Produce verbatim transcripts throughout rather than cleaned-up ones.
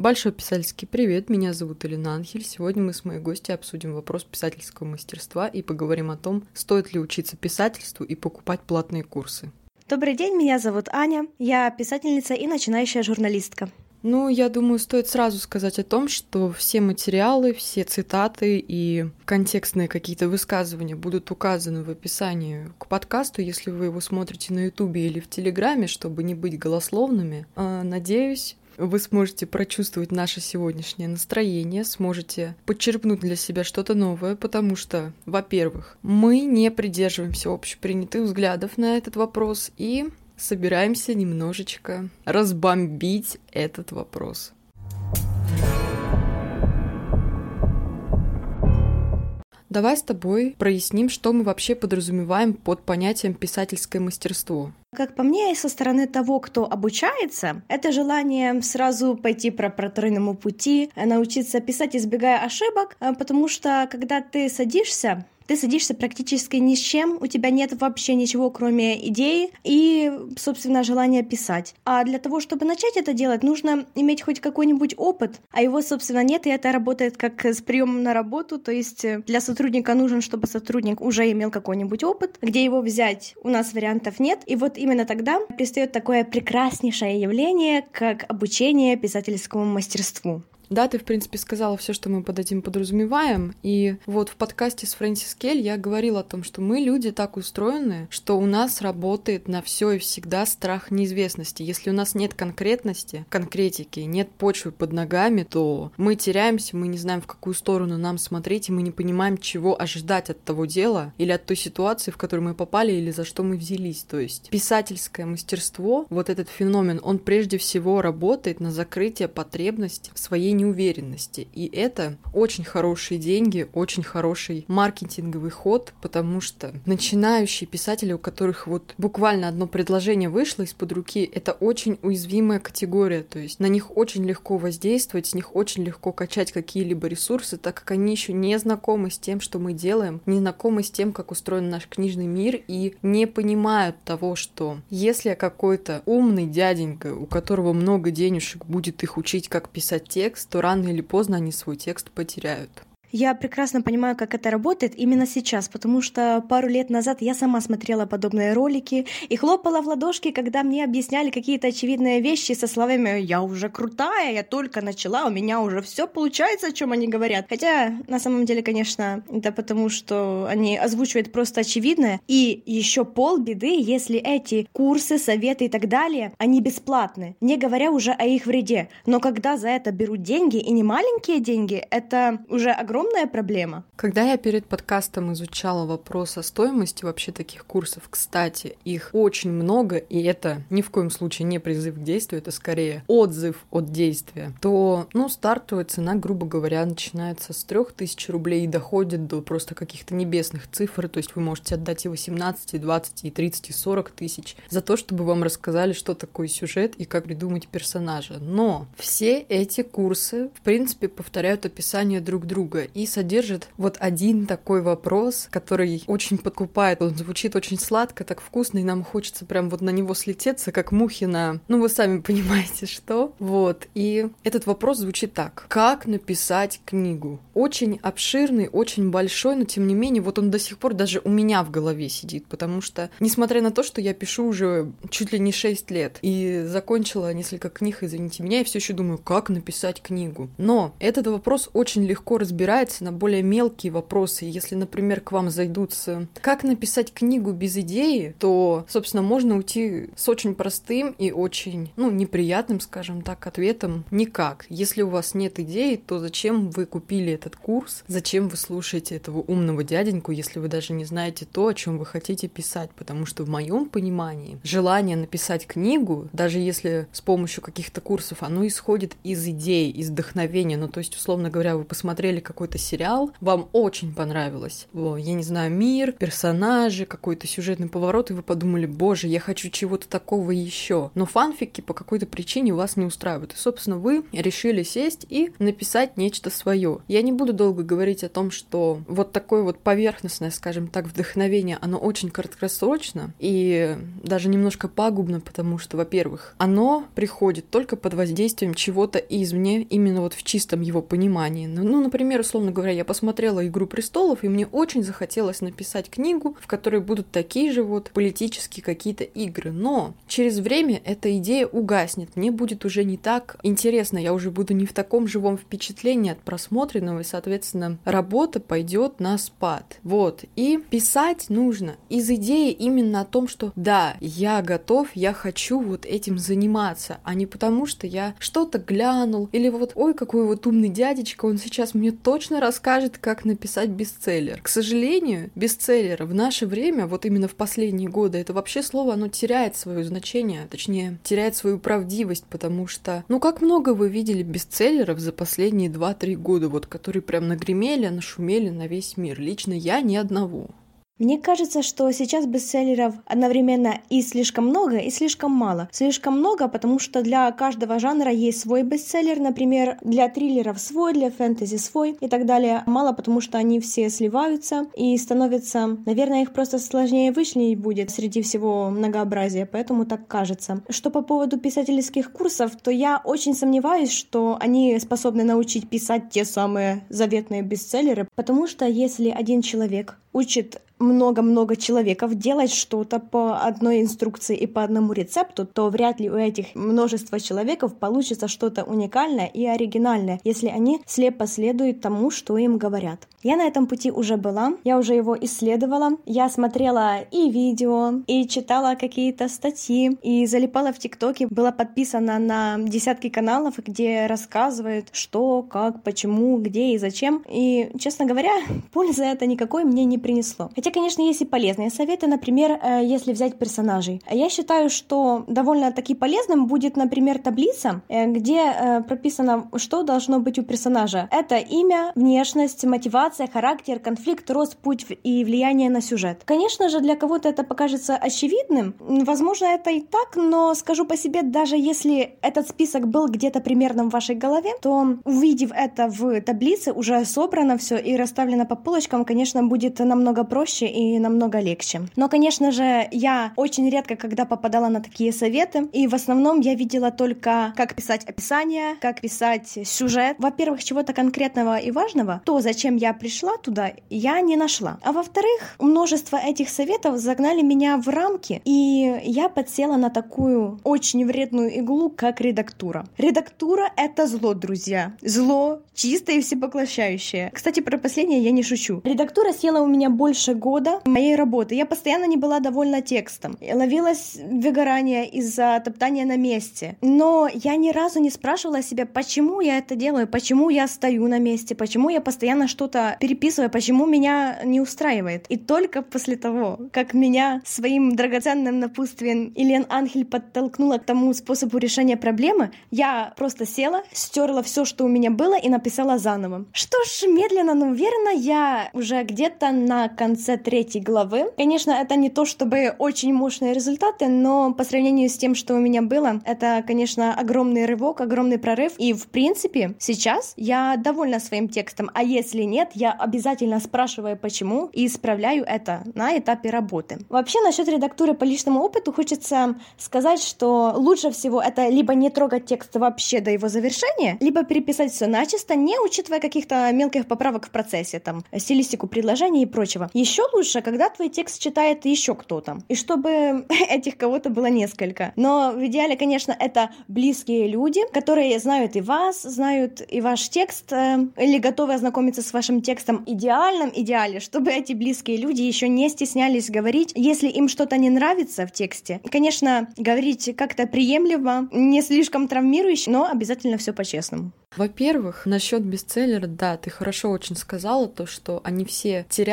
Большой писательский привет, меня зовут Элина Анхель. Сегодня мы с моей гостьей обсудим вопрос писательского мастерства и поговорим о том, стоит ли учиться писательству и покупать платные курсы. Добрый день, меня зовут Аня, я писательница и начинающая журналистка. Ну, я думаю, стоит сразу сказать о том, что все материалы, все цитаты и контекстные какие-то высказывания будут указаны в описании к подкасту, если вы его смотрите на Ютубе или в Телеграме, чтобы не быть голословными. Надеюсь, вы сможете прочувствовать наше сегодняшнее настроение, сможете подчерпнуть для себя что-то новое, потому что, во-первых, мы не придерживаемся общепринятых взглядов на этот вопрос и собираемся немножечко разбомбить этот вопрос. Давай с тобой проясним, что мы вообще подразумеваем под понятием писательское мастерство. Как по мне, со стороны того, кто обучается, это желание сразу пойти по проторенному пути, научиться писать, избегая ошибок, потому что когда ты садишься, ты садишься практически ни с чем, у тебя нет вообще ничего, кроме идеи и, собственно, желания писать. А для того, чтобы начать это делать, нужно иметь хоть какой-нибудь опыт, а его, собственно, нет, и это работает как с приемом на работу, то есть для сотрудника нужен, чтобы сотрудник уже имел какой-нибудь опыт, где его взять у нас вариантов нет, и вот именно тогда предстает такое прекраснейшее явление, как обучение писательскому мастерству. Да, ты, в принципе, сказала все, что мы под этим подразумеваем. И вот в подкасте с Фрэнсис Кель я говорила о том, что мы, люди, так устроены, что у нас работает на все и всегда страх неизвестности. Если у нас нет конкретности, конкретики, нет почвы под ногами, то мы теряемся, мы не знаем, в какую сторону нам смотреть, и мы не понимаем, чего ожидать от того дела или от той ситуации, в которую мы попали, или за что мы взялись. То есть писательское мастерство, вот этот феномен, он прежде всего работает на закрытие потребности в своей неуверенности. И это очень хорошие деньги, очень хороший маркетинговый ход, потому что начинающие писатели, у которых вот буквально одно предложение вышло из-под руки, это очень уязвимая категория, то есть на них очень легко воздействовать, с них очень легко качать какие-либо ресурсы, так как они еще не знакомы с тем, что мы делаем, не знакомы с тем, как устроен наш книжный мир, и не понимают того, что если какой-то умный дяденька, у которого много денежек, будет их учить, как писать текст, то рано или поздно они свой текст потеряют. Я прекрасно понимаю, как это работает именно сейчас, потому что пару лет назад я сама смотрела подобные ролики и хлопала в ладошки, когда мне объясняли какие-то очевидные вещи со словами «я уже крутая, я только начала, у меня уже все получается», о чем они говорят. Хотя на самом деле, конечно, это потому, что они озвучивают просто очевидное. И еще полбеды, если эти курсы, советы и так далее, они бесплатны, не говоря уже о их вреде. Но когда за это берут деньги, и не маленькие деньги, это уже огромное проблема. Когда я перед подкастом изучала вопрос о стоимости вообще таких курсов, кстати, их очень много, и это ни в коем случае не призыв к действию, это скорее отзыв от действия, то, ну, стартовая цена, грубо говоря, начинается с трех тысяч рублей и доходит до просто каких-то небесных цифр, то есть вы можете отдать и восемнадцать, и двадцать, и тридцать, и сорок тысяч за то, чтобы вам рассказали, что такое сюжет и как придумать персонажа. Но все эти курсы, в принципе, повторяют описание друг друга и содержит вот один такой вопрос, который очень подкупает. Он звучит очень сладко, так вкусно, и нам хочется прям вот на него слететься, как мухи на... Ну, вы сами понимаете, что. Вот. И этот вопрос звучит так. Как написать книгу? Очень обширный, очень большой, но тем не менее, вот он до сих пор даже у меня в голове сидит, потому что, несмотря на то, что я пишу уже чуть ли не шесть лет и закончила несколько книг, извините меня, я все еще думаю, как написать книгу. Но этот вопрос очень легко разбирается на более мелкие вопросы. Если, например, к вам зайдут с «как написать книгу без идеи», то, собственно, можно уйти с очень простым и очень, ну, неприятным, скажем так, ответом «никак». Если у вас нет идеи, то зачем вы купили этот курс? Зачем вы слушаете этого умного дяденьку, если вы даже не знаете то, о чем вы хотите писать? Потому что в моем понимании желание написать книгу, даже если с помощью каких-то курсов, оно исходит из идей, из вдохновения. Ну, то есть, условно говоря, вы посмотрели какой-то какой-то сериал, вам очень понравилось. Я не знаю, мир, персонажи, какой-то сюжетный поворот, и вы подумали, боже, я хочу чего-то такого еще. Но фанфики по какой-то причине вас не устраивают. И, собственно, вы решили сесть и написать нечто свое. Я не буду долго говорить о том, что вот такое вот поверхностное, скажем так, вдохновение, оно очень краткосрочно и даже немножко пагубно, потому что, во-первых, оно приходит только под воздействием чего-то извне, именно вот в чистом его понимании. Ну, например, условно говоря, я посмотрела «Игру престолов», и мне очень захотелось написать книгу, в которой будут такие же вот политические какие-то игры. Но через время эта идея угаснет, мне будет уже не так интересно, я уже буду не в таком живом впечатлении от просмотренного, и, соответственно, работа пойдет на спад. Вот. И писать нужно из идеи именно о том, что да, я готов, я хочу вот этим заниматься, а не потому, что я что-то глянул, или вот, ой, какой вот умный дядечка, он сейчас мне точно расскажет, как написать бестселлер. К сожалению, бестселлеры в наше время, вот именно в последние годы, это вообще слово, оно теряет свое значение, точнее, теряет свою правдивость, потому что, ну как много вы видели бестселлеров за последние два-три года, вот, которые прям нагремели, нашумели на весь мир. Лично я ни одного. Мне кажется, что сейчас бестселлеров одновременно и слишком много, и слишком мало. Слишком много, потому что для каждого жанра есть свой бестселлер, например, для триллеров свой, для фэнтези свой и так далее. Мало, потому что они все сливаются и становятся, наверное, их просто сложнее вычленить будет среди всего многообразия, поэтому так кажется. Что по поводу писательских курсов, то я очень сомневаюсь, что они способны научить писать те самые заветные бестселлеры, потому что если один человек учит много-много человеков делать что-то по одной инструкции и по одному рецепту, то вряд ли у этих множества человеков получится что-то уникальное и оригинальное, если они слепо следуют тому, что им говорят. Я на этом пути уже была, я уже его исследовала, я смотрела и видео, и читала какие-то статьи, и залипала в ТикТоке, была подписана на десятки каналов, где рассказывают, что, как, почему, где и зачем. И, честно говоря, пользы это никакой мне не принесло. Хотя, конечно, есть и полезные советы, например, если взять персонажей. Я считаю, что довольно-таки полезным будет, например, таблица, где прописано, что должно быть у персонажа. Это имя, внешность, мотивация, характер, конфликт, рост, путь и влияние на сюжет. Конечно же, для кого-то это покажется очевидным. Возможно, это и так, но скажу по себе, даже если этот список был где-то примерно в вашей голове, то, увидев это в таблице, уже собрано все и расставлено по полочкам, конечно, будет намного проще и намного легче. Но, конечно же, я очень редко когда попадала на такие советы, и в основном я видела только, как писать описание, как писать сюжет. Во-первых, чего-то конкретного и важного, то, зачем я пришла туда, я не нашла. А во-вторых, множество этих советов загнали меня в рамки, и я подсела на такую очень вредную иглу, как редактура. Редактура — это зло, друзья. Зло чистое и всепоглощающее. Кстати, про последнее я не шучу. Редактура съела у меня больше года моей работы. Я постоянно не была довольна текстом. Я ловилась выгорание из-за топтания на месте. Но я ни разу не спрашивала себя, почему я это делаю, почему я стою на месте, почему я постоянно что-то переписываю, почему меня не устраивает. И только после того, как меня своим драгоценным напутствием Ильен Анхель подтолкнула к тому способу решения проблемы, я просто села, стерла все, что у меня было, и написала заново. Что ж, медленно, но уверенно я уже где-то на конце третьей главы. Конечно, это не то чтобы очень мощные результаты, но по сравнению с тем, что у меня было, это, конечно, огромный рывок, огромный прорыв. И, в принципе, сейчас я довольна своим текстом, а если нет, я обязательно спрашиваю, почему, и исправляю это на этапе работы. Вообще, насчет редактуры по личному опыту хочется сказать, что лучше всего это либо не трогать текст вообще до его завершения, либо переписать все начисто, не учитывая каких-то мелких поправок в процессе, там, стилистику предложений и прочего. Еще лучше, когда твой текст читает еще кто-то, и чтобы этих кого-то было несколько. Но в идеале, конечно, это близкие люди, которые знают и вас, знают и ваш текст, э, или готовы ознакомиться с вашим текстом. В идеальном идеале, чтобы эти близкие люди еще не стеснялись говорить, если им что-то не нравится в тексте. Конечно, говорить как-то приемлемо, не слишком травмирующе, но обязательно все по-честному. Во-первых, насчет бестселлера, да, ты хорошо очень сказала то, что они все теряют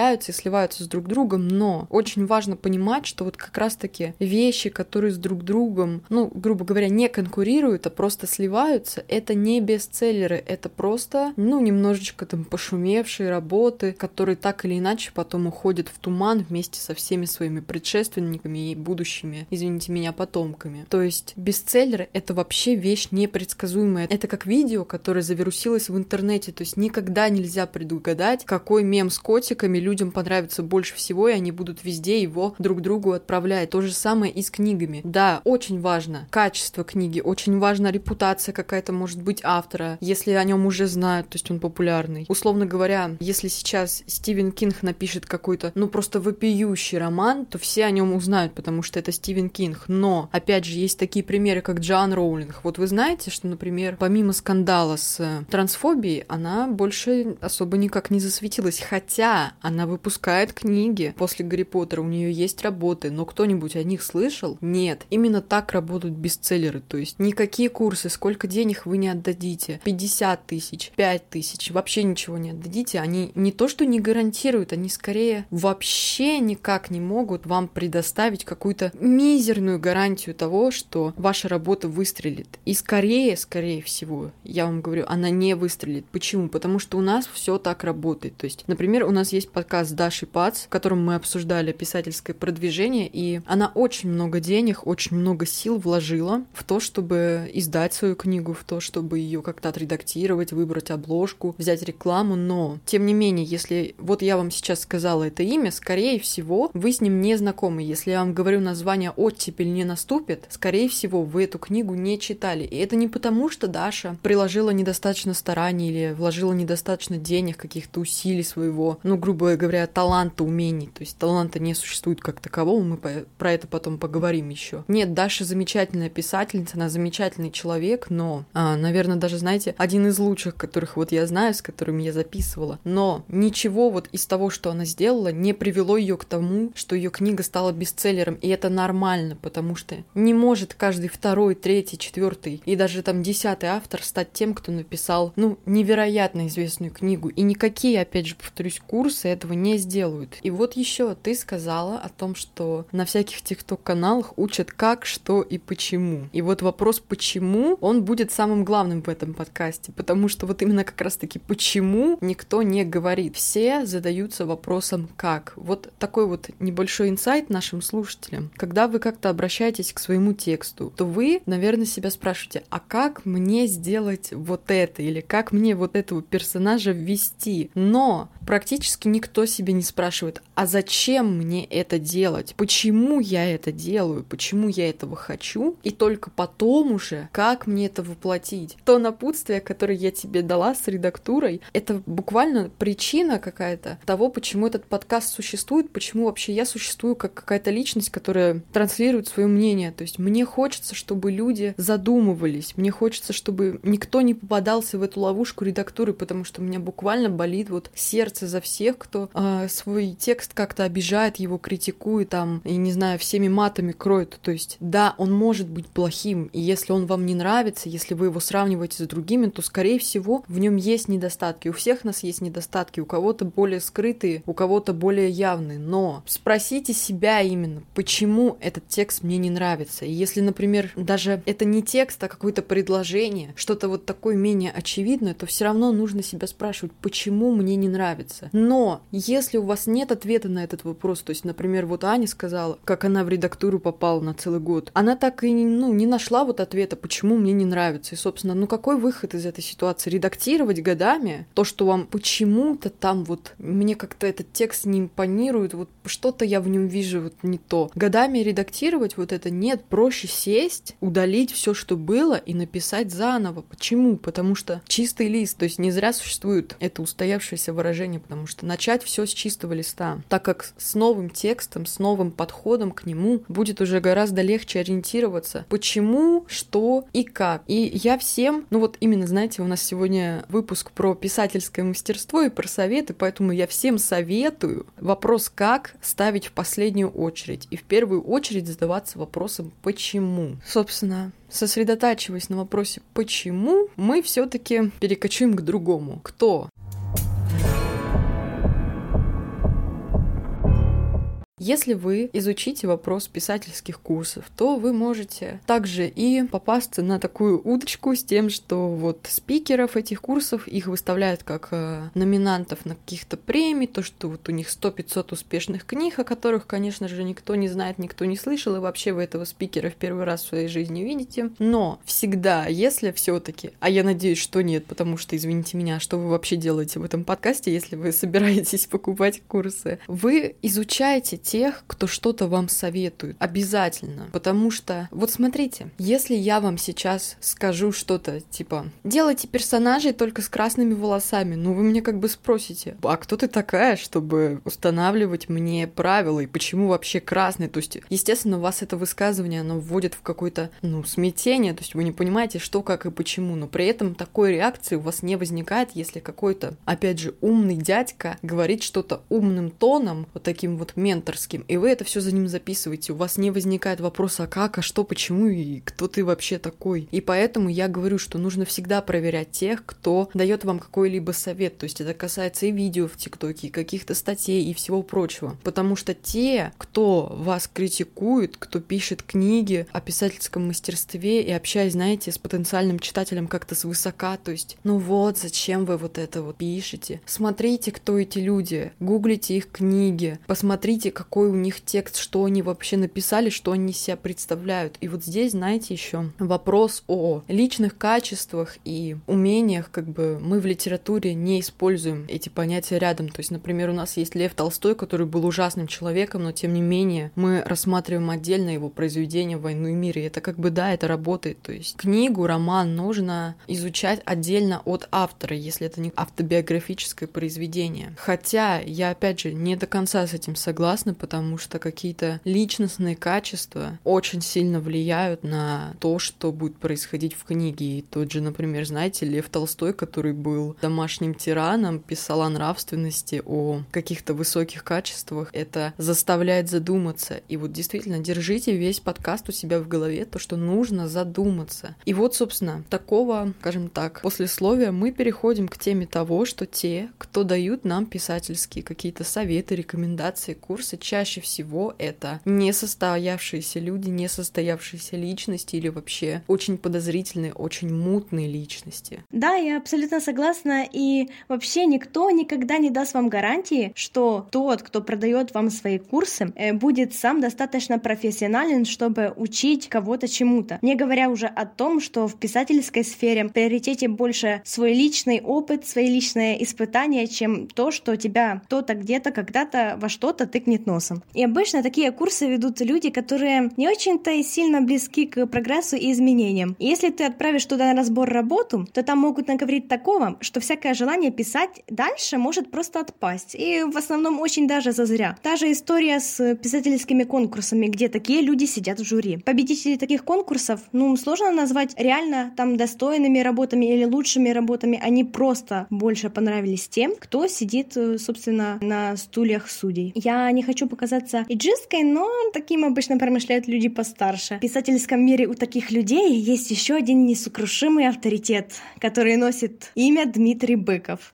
цепляются и сливаются с друг другом, но очень важно понимать, что вот как раз-таки вещи, которые с друг другом, ну, грубо говоря, не конкурируют, а просто сливаются, это не бестселлеры, это просто, ну, немножечко там пошумевшие работы, которые так или иначе потом уходят в туман вместе со всеми своими предшественниками и будущими, извините меня, потомками. То есть бестселлеры — это вообще вещь непредсказуемая. Это как видео, которое завирусилось в интернете, то есть никогда нельзя предугадать, какой мем с котиками людям понравится больше всего, и они будут везде его друг другу отправлять. То же самое и с книгами. Да, очень важно качество книги, очень важна репутация какая-то, может быть, автора, если о нем уже знают, то есть он популярный. Условно говоря, если сейчас Стивен Кинг напишет какой-то, ну, просто вопиющий роман, то все о нем узнают, потому что это Стивен Кинг. Но, опять же, есть такие примеры, как Джоан Роулинг. Вот вы знаете, что, например, помимо скандала с трансфобией, она больше особо никак не засветилась, хотя она выпускает книги после Гарри Поттера, у нее есть работы, но кто-нибудь о них слышал? Нет. Именно так работают бестселлеры, то есть никакие курсы, сколько денег вы не отдадите, пятьдесят тысяч, пять тысяч, вообще ничего не отдадите, они не то что не гарантируют, они скорее вообще никак не могут вам предоставить какую-то мизерную гарантию того, что ваша работа выстрелит. И скорее, скорее всего, я вам говорю, она не выстрелит. Почему? Потому что у нас все так работает. То есть, например, у нас есть подкаст с Дашей Пац, в котором мы обсуждали писательское продвижение, и она очень много денег, очень много сил вложила в то, чтобы издать свою книгу, в то, чтобы ее как-то отредактировать, выбрать обложку, взять рекламу, но, тем не менее, если вот я вам сейчас сказала это имя, скорее всего, вы с ним не знакомы. Если я вам говорю название «Оттепель не наступит», скорее всего, вы эту книгу не читали. И это не потому, что Даша приложила недостаточно стараний или вложила недостаточно денег, каких-то усилий своего, ну, грубо говоря, таланта, умений. То есть таланта не существует как такового, мы про это потом поговорим еще. Нет, Даша замечательная писательница, она замечательный человек, но, а, наверное, даже, знаете, один из лучших, которых вот я знаю, с которыми я записывала. Но ничего вот из того, что она сделала, не привело ее к тому, что ее книга стала бестселлером, и это нормально, потому что не может каждый второй, третий, четвертый и даже там десятый автор стать тем, кто написал, ну, невероятно известную книгу, и никакие, опять же, повторюсь, курсы этого не сделают. И вот еще ты сказала о том, что на всяких тикток-каналах учат как, что и почему. И вот вопрос «почему?» он будет самым главным в этом подкасте, потому что вот именно как раз-таки «почему» никто не говорит. Все задаются вопросом «как?». Вот такой вот небольшой инсайт нашим слушателям. Когда вы как-то обращаетесь к своему тексту, то вы, наверное, себя спрашиваете, а как мне сделать вот это? Или как мне вот этого персонажа ввести? Но практически никто себе не спрашивает, а зачем мне это делать? Почему я это делаю? Почему я этого хочу? И только потом уже, как мне это воплотить? То напутствие, которое я тебе дала с редактурой, это буквально причина какая-то того, почему этот подкаст существует, почему вообще я существую как какая-то личность, которая транслирует свое мнение. То есть мне хочется, чтобы люди задумывались, мне хочется, чтобы никто не попадался в эту ловушку редактуры, потому что у меня буквально болит вот сердце за всех, кто э, свой текст как-то обижает, его критикует, там, и, не знаю, всеми матами кроет. То есть, да, он может быть плохим, и если он вам не нравится, если вы его сравниваете с другими, то, скорее всего, в нем есть недостатки. У всех нас есть недостатки, у кого-то более скрытые, у кого-то более явные. Но спросите себя именно, почему этот текст мне не нравится. И если, например, даже это не текст, а какое-то предложение, что-то вот такое менее очевидное, то все равно нужно себя спрашивать, почему мне не нравится. Но если у вас нет ответа на этот вопрос, то есть, например, вот Аня сказала, как она в редактуру попала на целый год, она так и ну, не нашла вот ответа, почему мне не нравится. И, собственно, ну какой выход из этой ситуации? Редактировать годами то, что вам почему-то там вот, мне как-то этот текст не импонирует, вот что-то я в нем вижу вот не то. Годами редактировать вот это нет, проще сесть, удалить все, что было, и написать заново. Почему? Потому что чистый лист, то есть не зря существует это устоявшееся выражение, потому что начать все с чистого листа, так как с новым текстом, с новым подходом к нему будет уже гораздо легче ориентироваться, почему, что и как. И я всем, ну вот именно, знаете, у нас сегодня выпуск про писательское мастерство и про советы, поэтому я всем советую вопрос «как» ставить в последнюю очередь, и в первую очередь задаваться вопросом «почему?». Собственно, сосредотачиваясь на вопросе «почему?», мы все-таки перекочуем к другому. Кто? Если вы изучите вопрос писательских курсов, то вы можете также и попасться на такую удочку с тем, что вот спикеров этих курсов, их выставляют как э, номинантов на каких-то премий, то, что вот у них сто-пятьсот успешных книг, о которых, конечно же, никто не знает, никто не слышал, и вообще вы этого спикера в первый раз в своей жизни видите. Но всегда, если все-таки, а я надеюсь, что нет, потому что, извините меня, что вы вообще делаете в этом подкасте, если вы собираетесь покупать курсы, вы изучаете тех, кто что-то вам советует. Обязательно. Потому что, вот смотрите, если я вам сейчас скажу что-то типа «делайте персонажей только с красными волосами», ну вы мне как бы спросите, а кто ты такая, чтобы устанавливать мне правила, и почему вообще красный? То есть, естественно, у вас это высказывание, оно вводит в какое-то, ну, смятение, то есть вы не понимаете, что, как и почему, но при этом такой реакции у вас не возникает, если какой-то, опять же, умный дядька говорит что-то умным тоном, вот таким вот менторским, и вы это все за ним записываете, у вас не возникает вопроса, а как, а что, почему и кто ты вообще такой. И поэтому я говорю, что нужно всегда проверять тех, кто дает вам какой-либо совет, то есть это касается и видео в ТикТоке, и каких-то статей, и всего прочего, потому что те, кто вас критикует, кто пишет книги о писательском мастерстве и общаясь, знаете, с потенциальным читателем как-то свысока, то есть, ну вот, зачем вы вот это вот пишете? Смотрите, кто эти люди, гуглите их книги, посмотрите, какой у них текст, что они вообще написали, что они из себя представляют. И вот здесь, знаете, еще вопрос о личных качествах и умениях, как бы мы в литературе не используем эти понятия рядом. То есть, например, у нас есть Лев Толстой, который был ужасным человеком, но тем не менее мы рассматриваем отдельно его произведение «Войну и мир», и это как бы, да, это работает. То есть книгу, роман нужно изучать отдельно от автора, если это не автобиографическое произведение. Хотя я, опять же, не до конца с этим согласна, потому что какие-то личностные качества очень сильно влияют на то, что будет происходить в книге. И тот же, например, знаете, Лев Толстой, который был домашним тираном, писал о нравственности, о каких-то высоких качествах, это заставляет задуматься. И вот действительно, держите весь подкаст у себя в голове, то, что нужно задуматься. И вот, собственно, такого, скажем так, послесловия мы переходим к теме того, что те, кто дают нам писательские какие-то советы, рекомендации, курсы, чаще всего это несостоявшиеся люди, несостоявшиеся личности или вообще очень подозрительные, очень мутные личности. Да, я абсолютно согласна, и вообще никто никогда не даст вам гарантии, что тот, кто продает вам свои курсы, будет сам достаточно профессионален, чтобы учить кого-то чему-то. Не говоря уже о том, что в писательской сфере в приоритете больше свой личный опыт, свои личные испытания, чем то, что тебя кто-то где-то когда-то во что-то тыкнет носом. И обычно такие курсы ведут люди, которые не очень-то и сильно близки к прогрессу и изменениям. И если ты отправишь туда на разбор работу, то там могут наговорить такого, что всякое желание писать дальше может просто отпасть. И в основном очень даже зазря. Та же история с писательскими конкурсами, где такие люди сидят в жюри. Победители таких конкурсов, ну, сложно назвать реально там достойными работами или лучшими работами. Они просто больше понравились тем, кто сидит, собственно, на стульях судей. Я не хочу показаться иджисткой, но таким обычно промышляют люди постарше. В писательском мире у таких людей есть еще один несокрушимый авторитет, который носит имя Дмитрий Быков.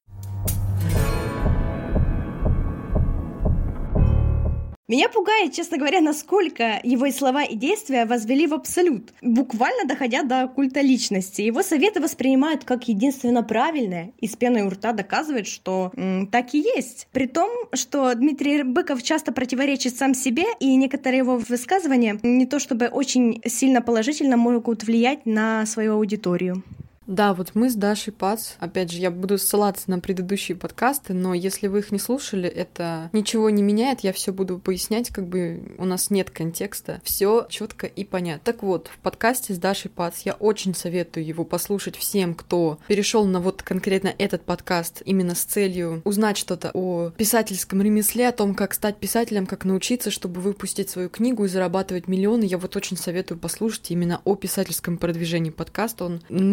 Меня пугает, честно говоря, насколько его слова и действия возвели в абсолют, буквально доходя до культа личности. Его советы воспринимают как единственно правильные, и с пеной у рта доказывает, что м, так и есть. При том, что Дмитрий Быков часто противоречит сам себе, и некоторые его высказывания не то чтобы очень сильно положительно могут влиять на свою аудиторию. Да, вот мы с Дашей Пац, опять же, я буду ссылаться на предыдущие подкасты, но если вы их не слушали, это ничего не меняет, я все буду пояснять, как бы у нас нет контекста, все четко и понятно. Так вот, в подкасте с Дашей Пац я очень советую его послушать всем, кто перешел на вот конкретно этот подкаст именно с целью узнать что-то о писательском ремесле, о том, как стать писателем, как научиться, чтобы выпустить свою книгу и зарабатывать миллионы. Я вот очень советую послушать именно о писательском продвижении подкаста. Он, мне кажется,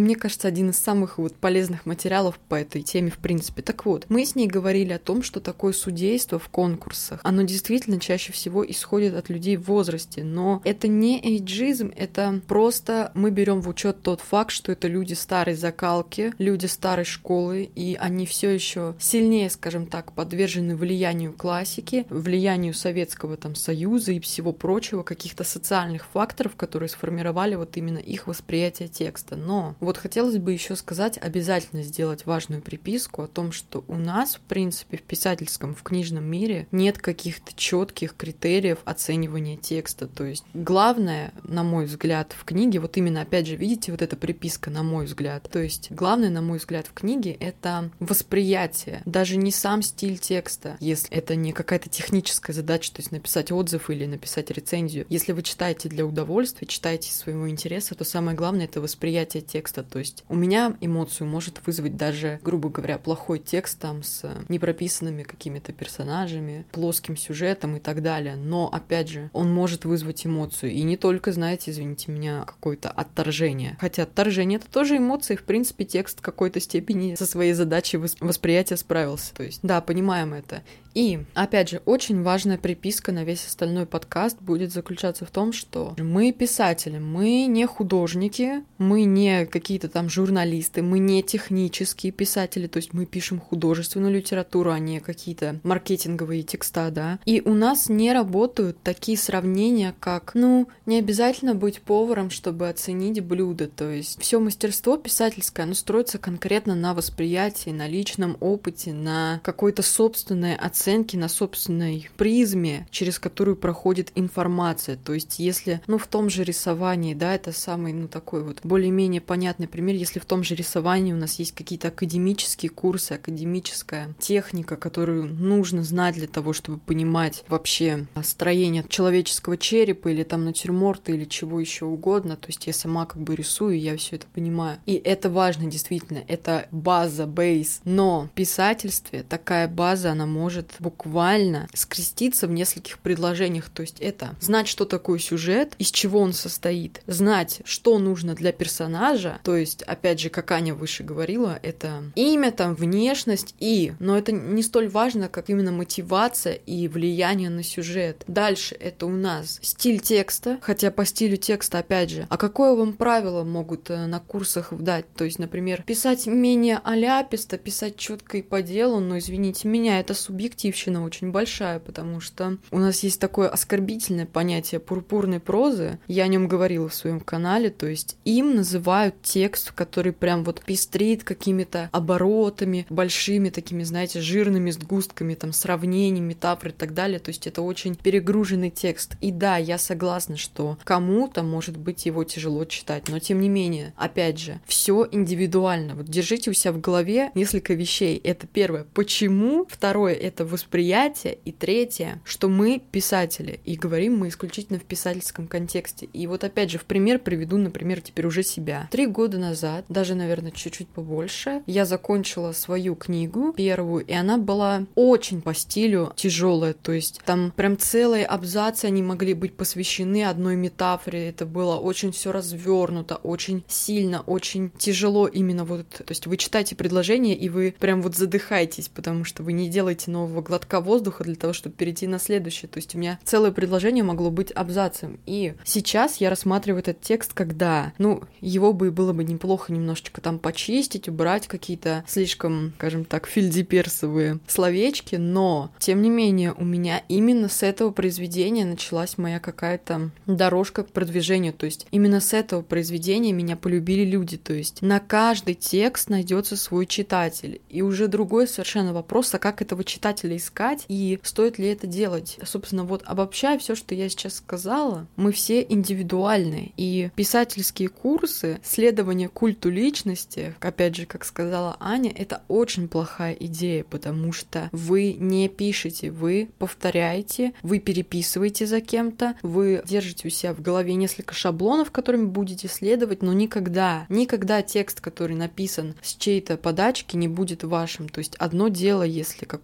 кажется, один из самых вот полезных материалов по этой теме в принципе. Так вот, мы с ней говорили о том, что такое судейство в конкурсах, оно действительно чаще всего исходит от людей в возрасте, но это не эйджизм, это просто мы берем в учет тот факт, что это люди старой закалки, люди старой школы, и они все еще сильнее, скажем так, подвержены влиянию классики, влиянию Советского там Союза и всего прочего, каких-то социальных факторов, которые сформировали вот именно их восприятие текста. Но вот хотелось бы еще сказать, обязательно сделать важную приписку о том, что у нас, в принципе, в писательском, в книжном мире нет каких-то четких критериев оценивания текста. То есть главное, на мой взгляд, в книге, вот именно, опять же, видите, вот эта приписка, на мой взгляд, то есть главное, на мой взгляд, в книге — это восприятие, даже не сам стиль текста, если это не какая-то техническая задача, то есть написать отзыв или написать рецензию. Если вы читаете для удовольствия, читаете из своего интереса, то самое главное — это восприятие текста. То есть у меня эмоцию может вызвать даже, грубо говоря, плохой текст там с непрописанными какими-то персонажами, плоским сюжетом и так далее. Но, опять же, он может вызвать эмоцию. И не только, знаете, извините меня, какое-то отторжение. Хотя отторжение — это тоже эмоции. В принципе, текст в какой-то степени со своей задачей восприятия справился. То есть, да, понимаем это. И, опять же, очень важная приписка на весь остальной подкаст будет заключаться в том, что мы писатели, мы не художники, мы не какие-то там журналисты, мы не технические писатели, то есть мы пишем художественную литературу, а не какие-то маркетинговые текста, да. И у нас не работают такие сравнения, как, ну, не обязательно быть поваром, чтобы оценить блюдо, то есть все мастерство писательское, оно строится конкретно на восприятии, на личном опыте, на какой-то собственной оценке, оценки на собственной призме, через которую проходит информация. То есть если, ну, в том же рисовании, да, это самый, ну, такой вот более-менее понятный пример, если в том же рисовании у нас есть какие-то академические курсы, академическая техника, которую нужно знать для того, чтобы понимать вообще строение человеческого черепа или там натюрморта или чего еще угодно, то есть я сама как бы рисую, я все это понимаю. И это важно, действительно, это база, бейс, но в писательстве такая база, она может буквально скреститься в нескольких предложениях. То есть это знать, что такое сюжет, из чего он состоит, знать, что нужно для персонажа, то есть, опять же, как Аня выше говорила, это имя, там, внешность и, но это не столь важно, как именно мотивация и влияние на сюжет. Дальше это у нас стиль текста, хотя по стилю текста, опять же, а какое вам правило могут на курсах дать? То есть, например, писать менее аляписто, писать четко и по делу, но, извините меня, это субъективно очень большая, потому что у нас есть такое оскорбительное понятие пурпурной прозы, я о нем говорила в своем канале, то есть им называют текст, который прям вот пестрит какими-то оборотами, большими такими, знаете, жирными сгустками, там, сравнений, метафор и так далее, то есть это очень перегруженный текст. И да, я согласна, что кому-то, может быть, его тяжело читать, но тем не менее, опять же, все индивидуально. Вот держите у себя в голове несколько вещей. Это первое, почему, второе, это восприятие, и третье, что мы писатели, и говорим мы исключительно в писательском контексте. И вот опять же в пример приведу, например, теперь уже себя. Три года назад, даже, наверное, чуть-чуть побольше, я закончила свою книгу первую, и она была очень по стилю тяжелая, то есть там прям целые абзацы, они могли быть посвящены одной метафоре, это было очень все развернуто, очень сильно, очень тяжело именно вот, то есть вы читаете предложение, и вы прям вот задыхаетесь, потому что вы не делаете нового глотка воздуха для того, чтобы перейти на следующее. То есть у меня целое предложение могло быть абзацем. И сейчас я рассматриваю этот текст, когда, ну, его бы было бы неплохо немножечко там почистить, убрать какие-то слишком, скажем так, фильдиперсовые словечки, но, тем не менее, у меня именно с этого произведения началась моя какая-то дорожка к продвижению. То есть именно с этого произведения меня полюбили люди. То есть на каждый текст найдется свой читатель. И уже другой совершенно вопрос, а как этого читателя искать и стоит ли это делать. Собственно, вот обобщая все, что я сейчас сказала, мы все индивидуальны. И писательские курсы, следование культу личности, опять же, как сказала Аня, это очень плохая идея, потому что вы не пишете, вы повторяете, вы переписываете за кем-то, вы держите у себя в голове несколько шаблонов, которыми будете следовать, но никогда, никогда текст, который написан с чьей-то подачки, не будет вашим. То есть одно дело, если какой-то близкий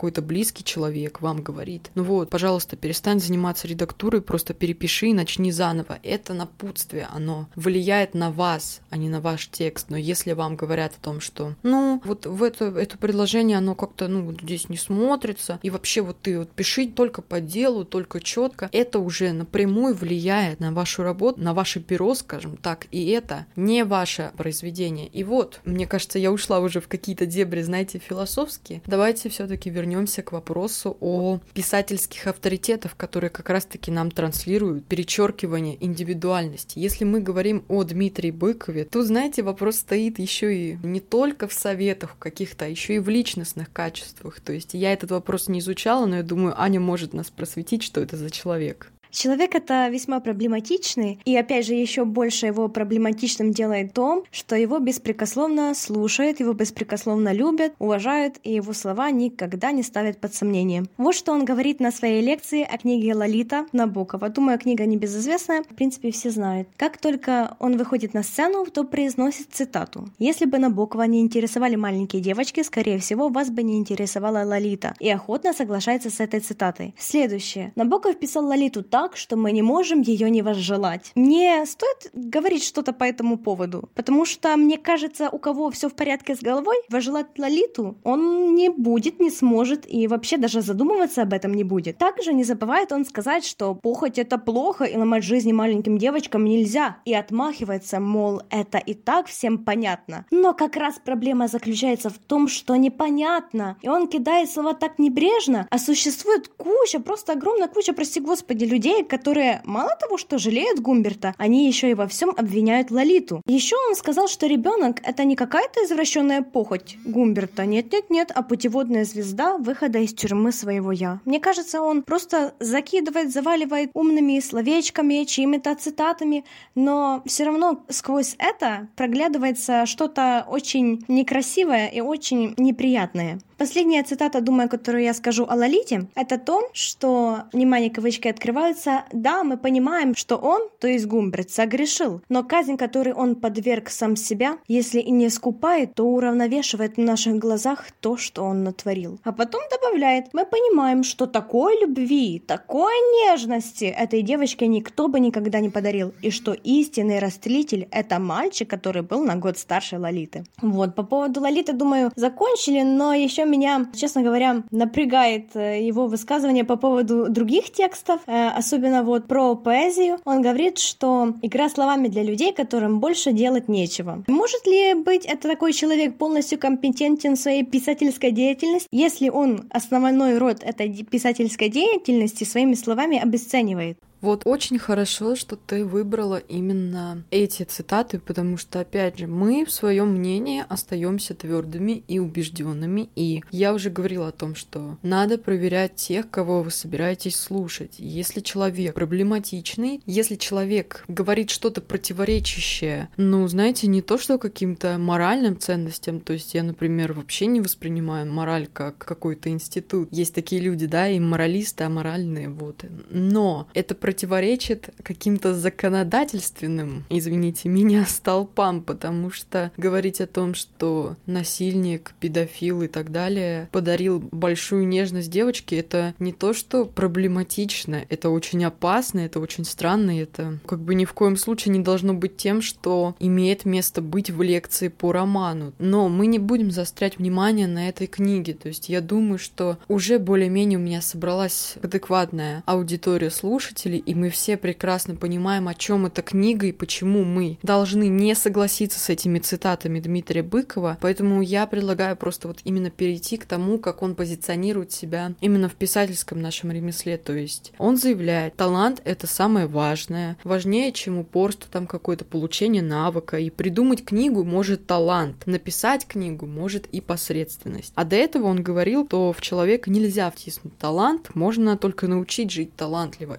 близкий человек вам говорит: ну вот, пожалуйста, перестань заниматься редактурой, просто перепиши и начни заново. Это напутствие, оно влияет на вас, а не на ваш текст. Но если вам говорят о том, что ну, вот в это, это предложение, оно как-то, ну, вот здесь не смотрится, и вообще вот ты вот пиши только по делу, только четко, это уже напрямую влияет на вашу работу, на ваше перо, скажем так, и это не ваше произведение. И вот, мне кажется, я ушла уже в какие-то дебри, знаете, философские. Давайте все-таки вернемся к вопросу о писательских авторитетах, которые как раз-таки нам транслируют перечеркивание индивидуальности. Если мы говорим о Дмитрии Быкове, то, знаете, вопрос стоит еще и не только в советах каких-то, а еще и в личностных качествах. То есть я этот вопрос не изучала, но я думаю, Аня может нас просветить, что это за человек. Человек это весьма проблематичный, и опять же еще больше его проблематичным делает то, что его беспрекословно слушают, его беспрекословно любят, уважают, и его слова никогда не ставят под сомнение. Вот что он говорит на своей лекции о книге «Лолита» Набокова. Думаю, книга небезызвестная, в принципе, все знают. Как только он выходит на сцену, то произносит цитату: «Если бы Набокова не интересовали маленькие девочки, скорее всего, вас бы не интересовала Лолита», и охотно соглашается с этой цитатой. Следующее. Набоков писал Лолиту так, так, что мы не можем ее не возжелать. Не стоит говорить что-то по этому поводу, потому что, мне кажется, у кого все в порядке с головой, возжелать Лолиту он не будет, не сможет и вообще даже задумываться об этом не будет. Также не забывает он сказать, что похоть — это плохо и ломать жизни маленьким девочкам нельзя, и отмахивается, мол, это и так всем понятно. Но как раз проблема заключается в том, что непонятно, и он кидает слова так небрежно, а существует куча, просто огромная куча, прости господи, людей, которые мало того, что жалеют Гумберта, они еще и во всем обвиняют Лолиту. Еще он сказал, что ребенок — это не какая-то извращенная похоть Гумберта, нет-нет-нет, а путеводная звезда выхода из тюрьмы своего «я». Мне кажется, он просто закидывает, заваливает умными словечками, чьими-то цитатами, но все равно сквозь это проглядывается что-то очень некрасивое и очень неприятное. Последняя цитата, думаю, которую я скажу о Лолите, это то, что, внимание, кавычки открываются: «Да, мы понимаем, что он, то есть Гумберт, согрешил, но казнь, которой он подверг сам себя, если и не искупает, то уравновешивает в наших глазах то, что он натворил». А потом добавляет: «Мы понимаем, что такой любви, такой нежности этой девочке никто бы никогда не подарил, и что истинный растлитель — это мальчик, который был на год старше Лолиты». Вот, по поводу Лолиты, думаю, закончили, но еще меня, честно говоря, напрягает его высказывание по поводу других текстов, особенно вот про поэзию. Он говорит, что игра словами для людей, которым больше делать нечего. Может ли быть это такой человек полностью компетентен в своей писательской деятельности, если он основной род этой писательской деятельности своими словами обесценивает? Вот очень хорошо, что ты выбрала именно эти цитаты, потому что, опять же, мы в своем мнении остаемся твердыми и убежденными. И я уже говорила о том, что надо проверять тех, кого вы собираетесь слушать. Если человек проблематичный, если человек говорит что-то противоречащее, ну, знаете, не то что каким-то моральным ценностям, то есть я, например, вообще не воспринимаю мораль как какой-то институт. Есть такие люди, да, и моралисты, аморальные, вот. Но это противоречит каким-то законодательственным, извините меня, столпам, потому что говорить о том, что насильник, педофил и так далее подарил большую нежность девочке, это не то, что проблематично, это очень опасно, это очень странно, это как бы ни в коем случае не должно быть тем, что имеет место быть в лекции по роману. Но мы не будем заострять внимание на этой книге, то есть я думаю, что уже более-менее у меня собралась адекватная аудитория слушателей, и мы все прекрасно понимаем, о чем эта книга и почему мы должны не согласиться с этими цитатами Дмитрия Быкова. Поэтому я предлагаю просто вот именно перейти к тому, как он позиционирует себя именно в писательском нашем ремесле. То есть он заявляет: талант — это самое важное, важнее, чем упорство, там какое-то получение навыка. И придумать книгу может талант, написать книгу может и посредственность. А до этого он говорил, что в человека нельзя втиснуть талант, можно только научить жить талантливо. И хотя